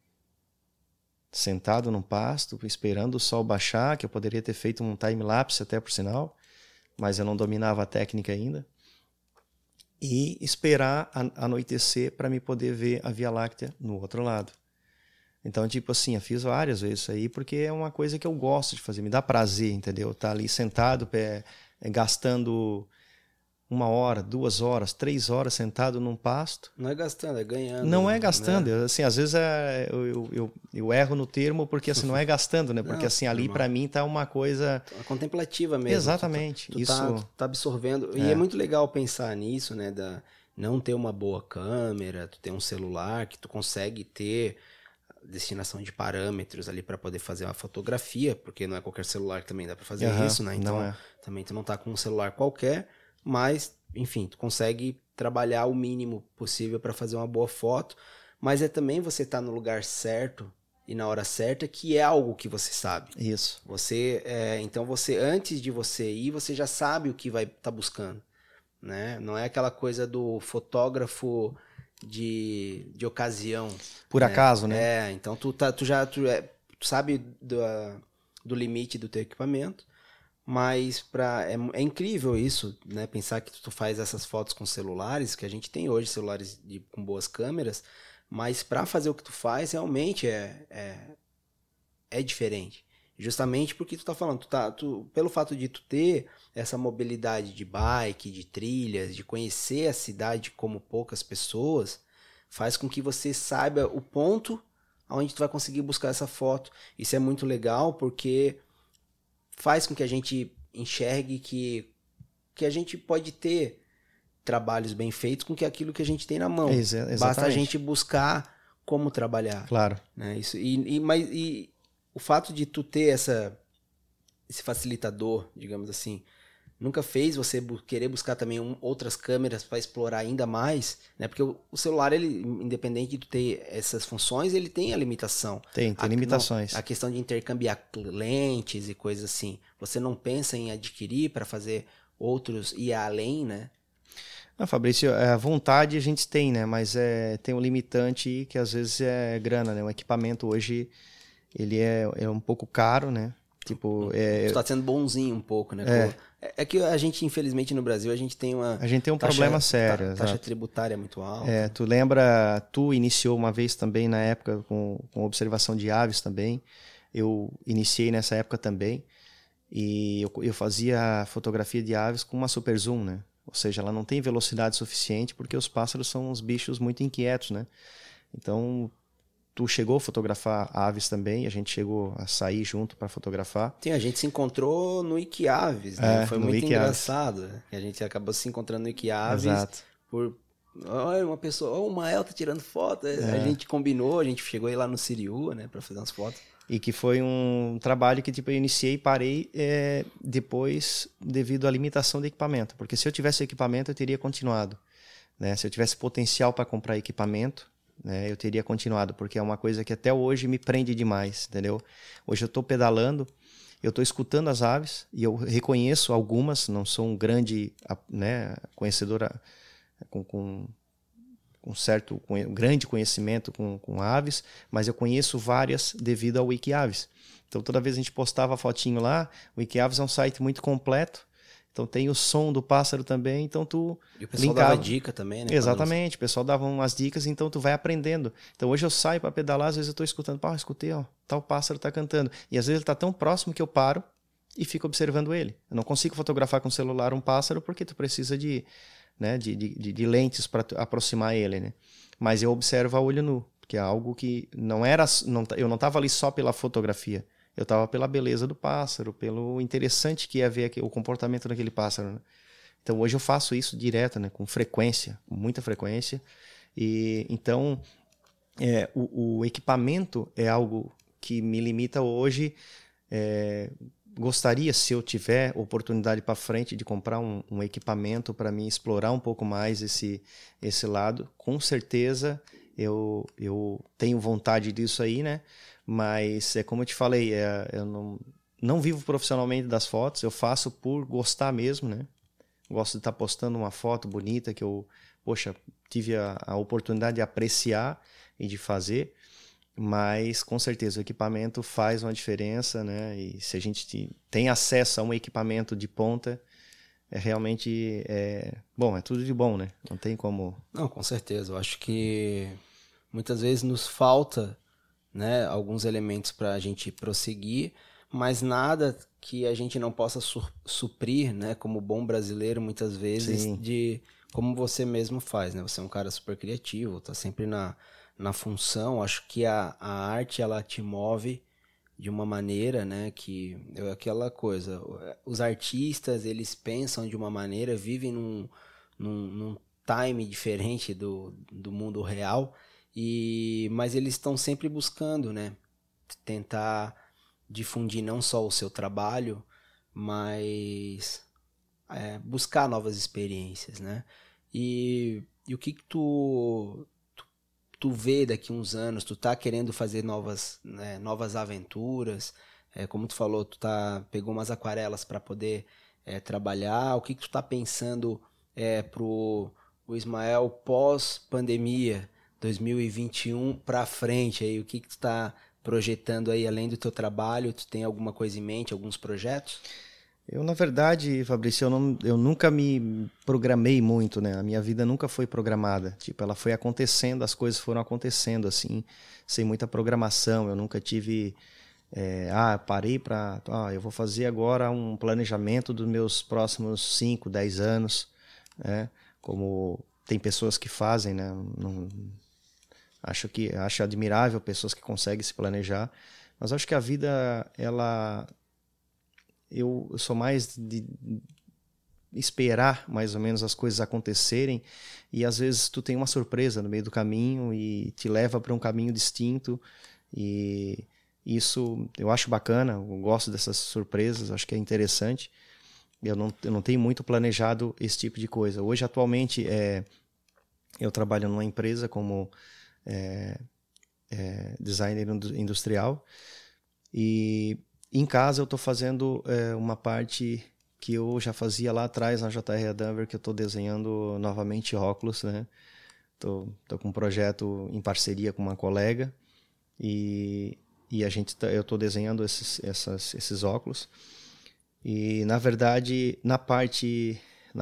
sentado num pasto, esperando o sol baixar, que eu poderia ter feito um time-lapse até por sinal, mas eu não dominava a técnica ainda, e esperar anoitecer para me poder ver a Via Láctea no outro lado. Então, tipo assim, eu fiz várias vezes isso aí, porque é uma coisa que eu gosto de fazer, me dá prazer, entendeu? Tá ali sentado, gastando 1 hora, 2 horas, 3 horas sentado num pasto. Não é gastando, é ganhando. Não é gastando. Né? Assim, às vezes eu erro no termo porque assim, não é gastando, né? Porque Não, assim, ali para mim tá uma coisa... contemplativa mesmo. Exatamente. Tu tá absorvendo. E é muito legal pensar nisso, né? Não ter uma boa câmera, tu ter um celular que tu consegue ter destinação de parâmetros ali para poder fazer uma fotografia, porque não é qualquer celular que também dá para fazer isso, né? Então, também tu não tá com um celular qualquer, mas, enfim, tu consegue trabalhar o mínimo possível para fazer uma boa foto, mas é também você estar no lugar certo e na hora certa, que é algo que você sabe. Isso. Então, antes de você ir, você já sabe o que vai estar buscando. né? Não é aquela coisa do fotógrafo de ocasião. Por acaso, né? Então tu sabe do limite do teu equipamento, mas é incrível isso, né? Pensar que tu faz essas fotos com celulares, que a gente tem hoje celulares com boas câmeras, mas para fazer o que tu faz, realmente é diferente. Justamente porque tu tá falando, pelo fato de tu ter essa mobilidade de bike, de trilhas, de conhecer a cidade como poucas pessoas, faz com que você saiba o ponto onde tu vai conseguir buscar essa foto. Isso é muito legal porque faz com que a gente enxergue que a gente pode ter trabalhos bem feitos com aquilo que a gente tem na mão. Exatamente. Basta a gente buscar como trabalhar. Claro. Né? Mas o fato de tu ter esse facilitador, digamos assim, nunca fez você querer buscar também outras câmeras para explorar ainda mais, né? Porque o celular, ele, independente de tu ter essas funções, ele tem a limitação. Tem limitações. A questão de intercambiar lentes e coisas assim. Você não pensa em adquirir para fazer outros e ir além, né? Não, Fabrício, a vontade a gente tem, né? Mas tem um limitante que às vezes é grana, né? O equipamento hoje, ele é um pouco caro, né? Tipo, Você tá sendo bonzinho um pouco, né? É que a gente, infelizmente, no Brasil, a gente tem um problema sério. Taxa tributária muito alta. Tu iniciou uma vez também na época com observação de aves também. Eu iniciei nessa época também. E eu fazia fotografia de aves com uma super zoom, né? Ou seja, ela não tem velocidade suficiente porque os pássaros são uns bichos muito inquietos, né? Então, tu chegou a fotografar aves também, a gente chegou a sair junto para fotografar. Sim, a gente se encontrou no Iquiaves, né? Foi muito engraçado. Né? A gente acabou se encontrando no Iquiaves. Exato. Por uma pessoa, o Mael tá tirando foto. A gente combinou, a gente chegou aí lá no Siriú, né, para fazer umas fotos. E que foi um trabalho que tipo, eu iniciei e parei depois devido à limitação de equipamento. Porque se eu tivesse equipamento, eu teria continuado. Né? Se eu tivesse potencial para comprar equipamento, né, eu teria continuado. Porque é uma coisa que até hoje me prende demais, entendeu? Hoje eu estou pedalando, eu estou escutando as aves e eu reconheço algumas, não sou um grande conhecedor com grande conhecimento com aves, mas eu conheço várias devido ao Wikiaves. Então toda vez a gente postava fotinho lá, o Wikiaves é um site muito completo, então tem o som do pássaro também, então tu e o pessoal dava dica também, né? Exatamente, o pessoal dava umas dicas, então tu vai aprendendo. Então hoje eu saio para pedalar, às vezes eu estou escutando, escutei, tal pássaro está cantando, e às vezes ele está tão próximo que eu paro e fico observando ele. Eu não consigo fotografar com o celular um pássaro porque tu precisa de lentes para aproximar ele, né? Mas eu observo a olho nu, que é algo que eu não estava ali só pela fotografia, eu estava pela beleza do pássaro, pelo interessante que é ver o comportamento daquele pássaro, né? Então hoje eu faço isso direto, né? Com muita frequência, e então o equipamento é algo que me limita hoje. Gostaria, se eu tiver oportunidade para frente, de comprar um equipamento para mim explorar um pouco mais esse lado. Com certeza eu tenho vontade disso aí, né? Mas como eu te falei, eu não vivo profissionalmente das fotos, eu faço por gostar mesmo, né? Gosto de estar postando uma foto bonita que eu, tive a oportunidade de apreciar e de fazer. Mas, com certeza, o equipamento faz uma diferença, né? E se a gente tem acesso a um equipamento de ponta, realmente é tudo de bom, né? Não tem como... Não, com certeza. Eu acho que muitas vezes nos falta, né, alguns elementos para a gente prosseguir, mas nada que a gente não possa suprir, né? Como bom brasileiro, muitas vezes, de como você mesmo faz, né? Você é um cara super criativo, tá sempre na função. Acho que a arte, ela te move de uma maneira, né, que é aquela coisa, os artistas, eles pensam de uma maneira, vivem num time diferente do mundo real, mas eles estão sempre buscando, né, tentar difundir não só o seu trabalho, mas buscar novas experiências, né, e o que tu vê daqui uns anos, tu tá querendo fazer novas aventuras, como tu falou, pegou umas aquarelas para poder trabalhar, o que tu tá pensando pro o Ismael pós-pandemia, 2021 para frente aí? O que tu está projetando aí além do teu trabalho? Tu tem alguma coisa em mente, alguns projetos? Eu, na verdade, Fabrício, eu nunca me programei muito, né? A minha vida nunca foi programada. Tipo, ela foi acontecendo, as coisas foram acontecendo, assim, sem muita programação. Eu nunca tive... parei para... eu vou fazer agora um planejamento dos meus próximos 5, 10 anos, né? Como tem pessoas que fazem, né? Acho admirável pessoas que conseguem se planejar, mas acho que a vida, eu sou mais de esperar mais ou menos as coisas acontecerem, e às vezes tu tem uma surpresa no meio do caminho e te leva para um caminho distinto, e isso eu acho bacana, eu gosto dessas surpresas, acho que é interessante. Eu não tenho muito planejado esse tipo de coisa. Hoje, atualmente, eu trabalho numa empresa como designer industrial, e em casa eu estou fazendo uma parte que eu já fazia lá atrás na JR Denver, que eu estou desenhando novamente óculos, né? Tô com um projeto em parceria com uma colega, e eu estou desenhando esses óculos. E, na verdade, na parte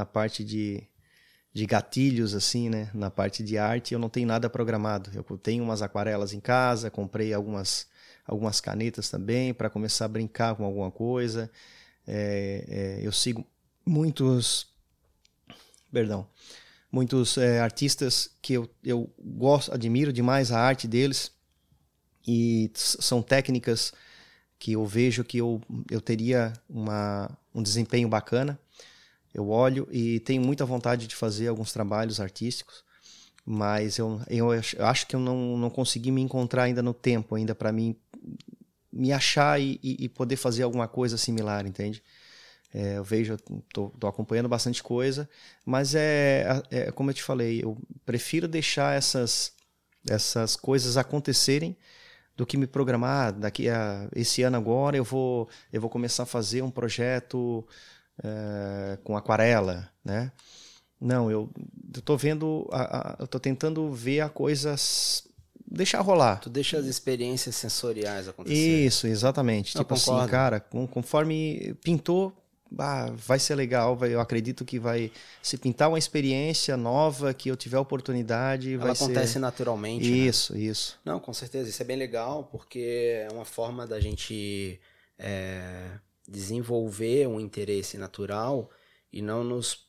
de gatilhos, assim, né? Na parte de arte, eu não tenho nada programado. Eu tenho umas aquarelas em casa, comprei algumas canetas também para começar a brincar com alguma coisa. Eu sigo muitos artistas que eu gosto, admiro demais a arte deles, e são técnicas que eu vejo que eu teria um desempenho bacana. Eu olho e tenho muita vontade de fazer alguns trabalhos artísticos, mas eu acho que eu não consegui me encontrar ainda no tempo, ainda para mim me achar e poder fazer alguma coisa similar, entende? Eu vejo, tô acompanhando bastante coisa, mas como eu te falei, eu prefiro deixar essas coisas acontecerem do que me programar. Daqui a esse ano agora eu vou começar a fazer um projeto com aquarela, né? Não, eu tô vendo, eu tô tentando ver a coisas, deixar rolar. Tu deixa as experiências sensoriais acontecerem. Isso, exatamente. Eu tipo concordo. assim, cara, conforme pintou, vai ser legal, eu acredito que vai se pintar uma experiência nova que eu tiver oportunidade, Ela vai acontece ser... naturalmente, Isso, né? isso. Não, com certeza, isso é bem legal, porque é uma forma da gente desenvolver um interesse natural e não nos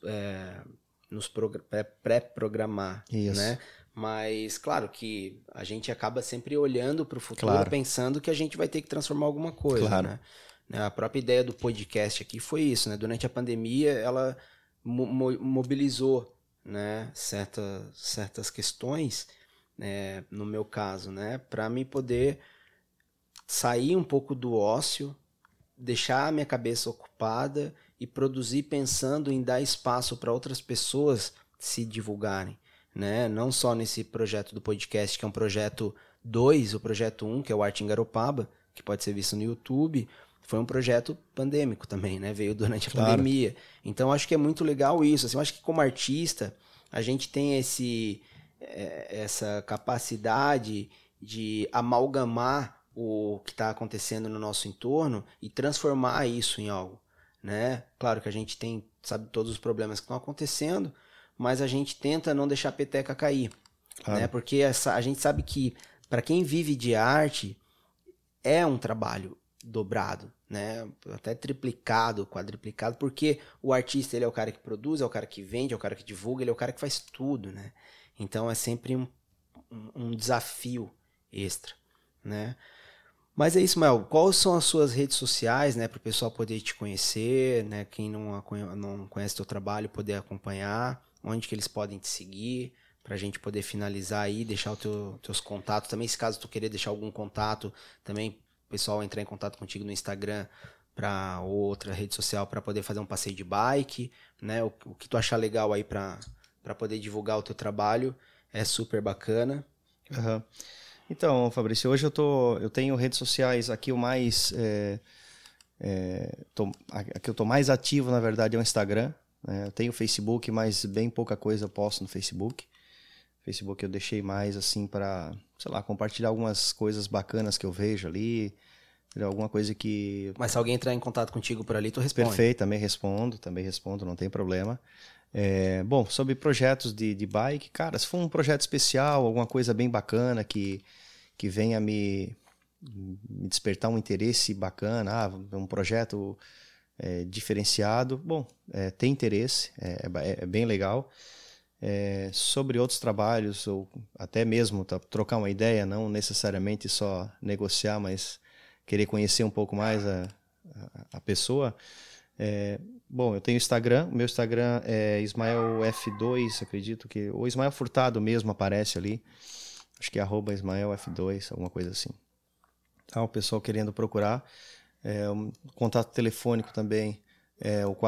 pré-programar, Isso. né? Mas, claro que a gente acaba sempre olhando para o futuro, Claro. pensando que a gente vai ter que transformar alguma coisa, Claro. né? A própria ideia do podcast aqui foi isso, né? Durante a pandemia, ela mobilizou, né, certas questões, né, no meu caso, né, para me poder sair um pouco do ócio, deixar a minha cabeça ocupada e produzir pensando em dar espaço para outras pessoas se divulgarem, né? Não só nesse projeto do podcast, que é um projeto 2, o projeto 1, que é o Arte em Garopaba, que pode ser visto no YouTube, foi um projeto pandêmico também, né? Veio durante a pandemia. Então, acho que é muito legal isso. Assim, eu acho que como artista, a gente tem essa capacidade de amalgamar o que está acontecendo no nosso entorno e transformar isso em algo, né? Claro que a gente sabe todos os problemas que estão acontecendo, mas a gente tenta não deixar a peteca cair, né? Porque a gente sabe que para quem vive de arte é um trabalho dobrado, né? Até triplicado, quadriplicado, porque o artista, ele é o cara que produz, é o cara que vende, é o cara que divulga, ele é o cara que faz tudo, né? Então é sempre um desafio extra, né? Mas é isso, Mel. Quais são as suas redes sociais, né, para o pessoal poder te conhecer, né? Quem não conhece teu trabalho poder acompanhar, onde que eles podem te seguir, para a gente poder finalizar aí, deixar os teus contatos. Também, se caso tu querer deixar algum contato, também o pessoal entrar em contato contigo no Instagram para outra rede social para poder fazer um passeio de bike, né? O que tu achar legal aí para poder divulgar o teu trabalho é super bacana. Uhum. Então, Fabrício, hoje eu tenho redes sociais aqui, aqui eu estou mais ativo, na verdade, é o Instagram, né? Eu tenho Facebook, mas bem pouca coisa eu posto no Facebook. Facebook eu deixei mais assim para, sei lá, compartilhar algumas coisas bacanas que eu vejo ali, alguma coisa que... Mas se alguém entrar em contato contigo por ali, tu responde. Perfeito, também respondo, não tem problema. Bom, sobre projetos de bike, cara, se for um projeto especial, alguma coisa bem bacana que venha me despertar um interesse bacana, um projeto diferenciado, bom, tem interesse, é bem legal. Sobre outros trabalhos, ou até mesmo trocar uma ideia, não necessariamente só negociar, mas querer conhecer um pouco mais a pessoa. Bom, eu tenho Instagram, meu Instagram é IsmaelF2, acredito que... Ou Ismael Furtado mesmo aparece ali. Acho que é @IsmaelF2, alguma coisa assim. Então, o pessoal querendo procurar. O contato telefônico também é o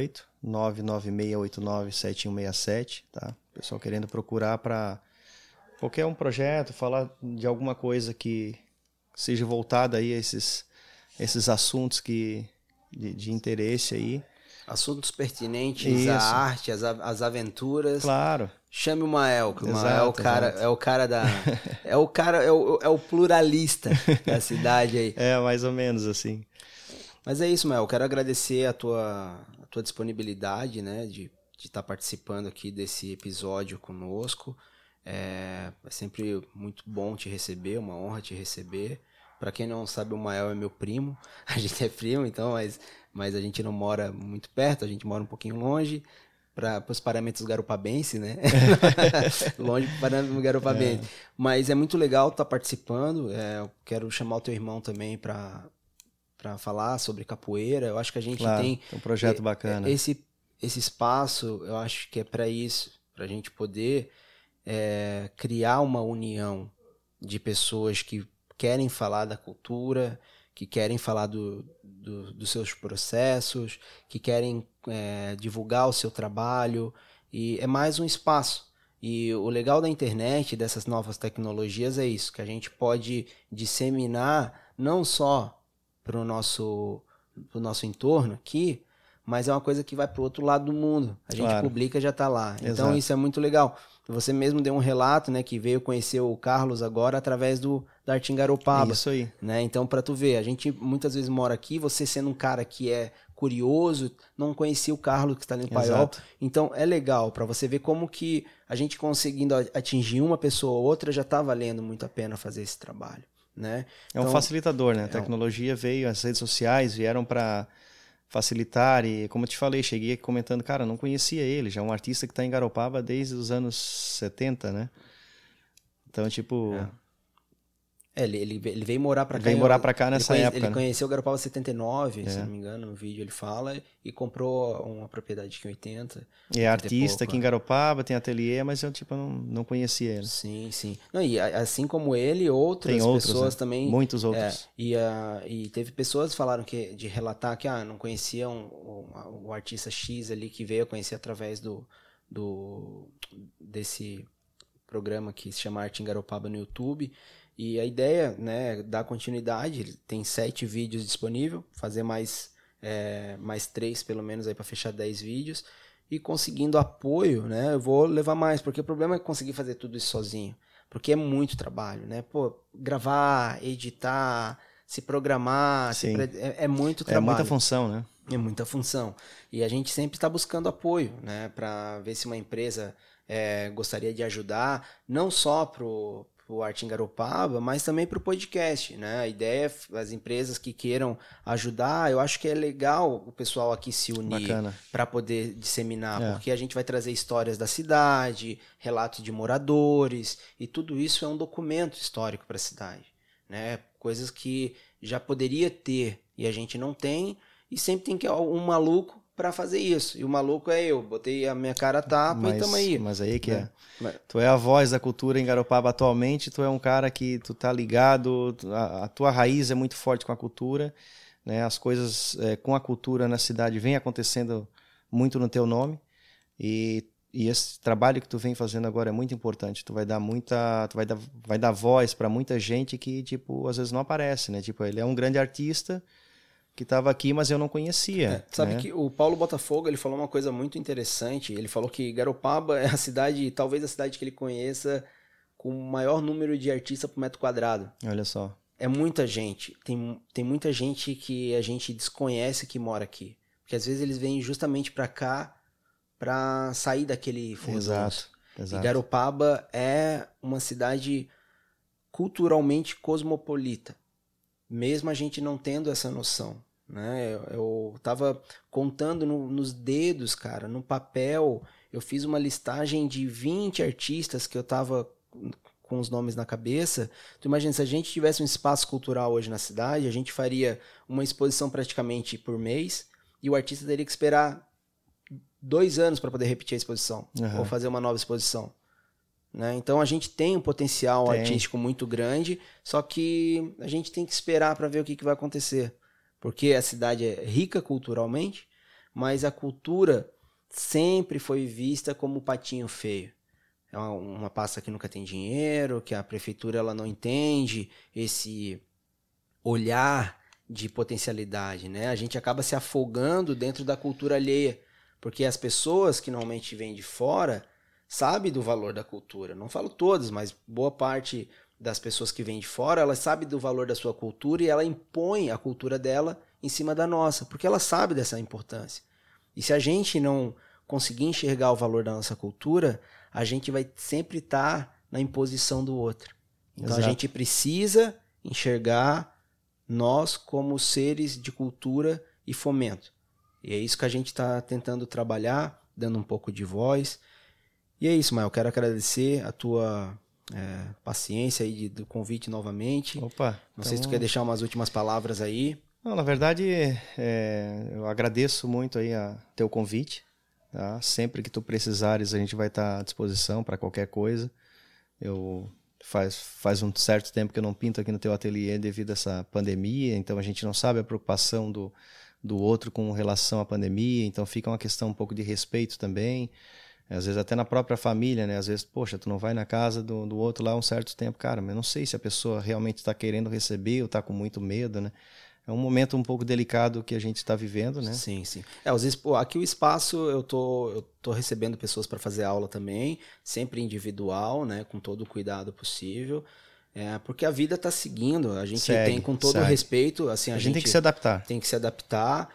48-99689-7167, tá? O pessoal querendo procurar para qualquer um projeto, falar de alguma coisa que seja voltada aí a esses assuntos de interesse aí. Assuntos pertinentes à arte, às aventuras. Claro. Chame o Mael, que o Exato, Mael é o cara da... é o pluralista da cidade aí. Mais ou menos assim. Mas é isso, Mael. Eu quero agradecer a tua disponibilidade, né, de estar participando aqui desse episódio conosco. É sempre muito bom te receber, uma honra te receber. Para quem não sabe, o Mael é meu primo. A gente é primo, então, mas a gente não mora muito perto, a gente mora um pouquinho longe. Para os parâmetros garopabenses, né? Longe para o parâmetro garopabense. Mas é muito legal estar participando. Eu quero chamar o teu irmão também para falar sobre capoeira. Eu acho que a gente tem um projeto bacana. Esse espaço, eu acho que é para isso, para a gente poder criar uma união de pessoas que querem falar da cultura, que querem falar dos seus processos, que querem divulgar o seu trabalho, e é mais um espaço. E o legal da internet, dessas novas tecnologias, é isso, que a gente pode disseminar não só para o nosso entorno aqui, mas é uma coisa que vai para o outro lado do mundo. A gente publica e já está lá. Então, Exato. Isso é muito legal. Você mesmo deu um relato, né, que veio conhecer o Carlos agora através da Arte em Garopaba. Isso aí. Né? Então, para tu ver, a gente muitas vezes mora aqui, você sendo um cara que é curioso, não conhecia o Carlos que está ali no Paiol. Exato. Então, é legal para você ver como que a gente conseguindo atingir uma pessoa ou outra já está valendo muito a pena fazer esse trabalho. Né? É um facilitador, né? A tecnologia veio, as redes sociais vieram para facilitar e, como eu te falei, cheguei aqui comentando, cara, não conhecia ele, já é um artista que está em Garopaba desde os anos 70, né? Então, tipo... Ele veio morar pra cá. Veio morar pra cá nessa época, Ele né? conheceu Garopaba em 79, se não me engano, no vídeo ele fala, e comprou uma propriedade aqui em 80. É artista aqui em Garopaba, tem ateliê, mas eu, tipo, não conhecia ele. Sim, sim. Não, e assim como ele, outras pessoas, né? Também... Muitos outros. E teve pessoas que falaram de relatar que não conheciam o artista X ali, que veio a conhecer através desse programa que se chama Arte em Garopaba no YouTube. E a ideia, né, dar continuidade, ele tem 7 vídeos disponíveis, fazer mais 3 pelo menos aí para fechar 10 vídeos, e conseguindo apoio, né, eu vou levar mais, porque o problema é conseguir fazer tudo isso sozinho, porque é muito trabalho, né, gravar, editar, se programar, é muito trabalho. É muita função, né? É muita função, e a gente sempre está buscando apoio, né, para ver se uma empresa gostaria de ajudar, não só pro Arte em Garopaba, mas também para o podcast, né? A ideia é as empresas que queiram ajudar, eu acho que é legal o pessoal aqui se unir para poder disseminar, porque a gente vai trazer histórias da cidade, relatos de moradores, e tudo isso é um documento histórico para a cidade, né? Coisas que já poderia ter e a gente não tem, e sempre tem que um maluco para fazer isso. E o maluco é eu. Botei a minha cara a tapa e tamo aí. Mas aí que tu é a voz da cultura em Garopaba atualmente, tu é um cara que tu tá ligado, a tua raiz é muito forte com a cultura, né? As coisas com a cultura na cidade vem acontecendo muito no teu nome, e esse trabalho que tu vem fazendo agora é muito importante. Tu vai dar voz para muita gente que, tipo, às vezes não aparece, né? Tipo, ele é um grande artista, que estava aqui, mas eu não conhecia. Sabe que o Paulo Botafogo, ele falou uma coisa muito interessante. Ele falou que Garopaba é a cidade, talvez a cidade que ele conheça com o maior número de artistas por metro quadrado. Olha só. É muita gente. Tem muita gente que a gente desconhece que mora aqui. Porque às vezes eles vêm justamente para cá para sair daquele fundo. Exato. E Garopaba é uma cidade culturalmente cosmopolita. Mesmo a gente não tendo essa noção, né? Eu tava contando nos dedos, cara, no papel. Eu fiz uma listagem de 20 artistas que eu tava com os nomes na cabeça. Tu imagina, se a gente tivesse um espaço cultural hoje na cidade, a gente faria uma exposição praticamente por mês e o artista teria que esperar 2 anos para poder repetir a exposição ou fazer uma nova exposição. Né? Então a gente tem um potencial artístico muito grande, só que a gente tem que esperar para ver o que vai acontecer. Porque a cidade é rica culturalmente, mas a cultura sempre foi vista como patinho feio. É uma pasta que nunca tem dinheiro, que a prefeitura ela não entende esse olhar de potencialidade. Né? A gente acaba se afogando dentro da cultura alheia, porque as pessoas que normalmente vêm de fora sabe do valor da cultura. Não falo todas, mas boa parte das pessoas que vêm de fora, elas sabem do valor da sua cultura e ela impõe a cultura dela em cima da nossa, porque ela sabe dessa importância. E se a gente não conseguir enxergar o valor da nossa cultura, a gente vai sempre estar na imposição do outro. Então a gente precisa enxergar nós como seres de cultura e fomento. E é isso que a gente está tentando trabalhar, dando um pouco de voz. E é isso, Mael. Quero agradecer a tua paciência aí do convite novamente. Opa! Não sei se tu quer deixar umas últimas palavras aí. Não, na verdade, eu agradeço muito aí teu convite. Tá? Sempre que tu precisares, a gente vai estar à disposição para qualquer coisa. Faz um certo tempo que eu não pinto aqui no teu ateliê devido a essa pandemia, então a gente não sabe a preocupação do outro com relação à pandemia, então fica uma questão um pouco de respeito também. Às vezes até na própria família, né? Às vezes, poxa, tu não vai na casa do outro lá um certo tempo. Cara, mas eu não sei se a pessoa realmente está querendo receber ou está com muito medo, né? É um momento um pouco delicado que a gente está vivendo, né? Sim, sim. Aqui o espaço, eu tô recebendo pessoas para fazer aula também, sempre individual, né? Com todo o cuidado possível. Porque a vida está seguindo, a gente tem com todo o respeito. Assim, a gente tem que se adaptar. Tem que se adaptar.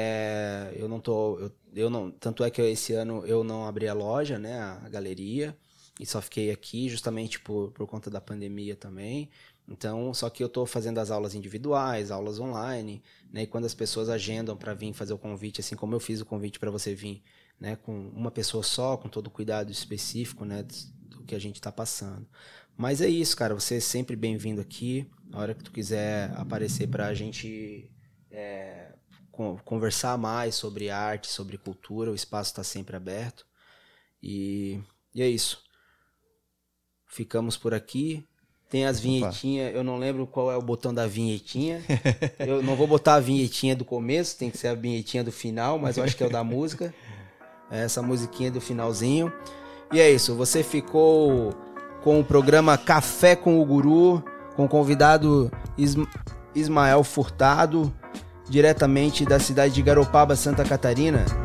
Tanto é que esse ano eu não abri a loja, né, a galeria, e só fiquei aqui justamente por conta da pandemia também. Então, só que eu estou fazendo as aulas individuais, aulas online, né, e quando as pessoas agendam para vir fazer o convite, assim como eu fiz o convite para você vir, né, com uma pessoa só, com todo o cuidado específico, né, do que a gente está passando. Mas é isso, cara, você é sempre bem-vindo aqui, na hora que tu quiser aparecer para a gente conversar mais sobre arte, sobre cultura, o espaço está sempre aberto. E é isso. Ficamos por aqui. Tem as vinhetinhas, eu não lembro qual é o botão da vinhetinha. Eu não vou botar a vinhetinha do começo, tem que ser a vinhetinha do final, mas eu acho que é o da música. Essa musiquinha do finalzinho. E é isso, você ficou com o programa Café com o Guru, com o convidado Ismael Furtado, diretamente da cidade de Garopaba, Santa Catarina.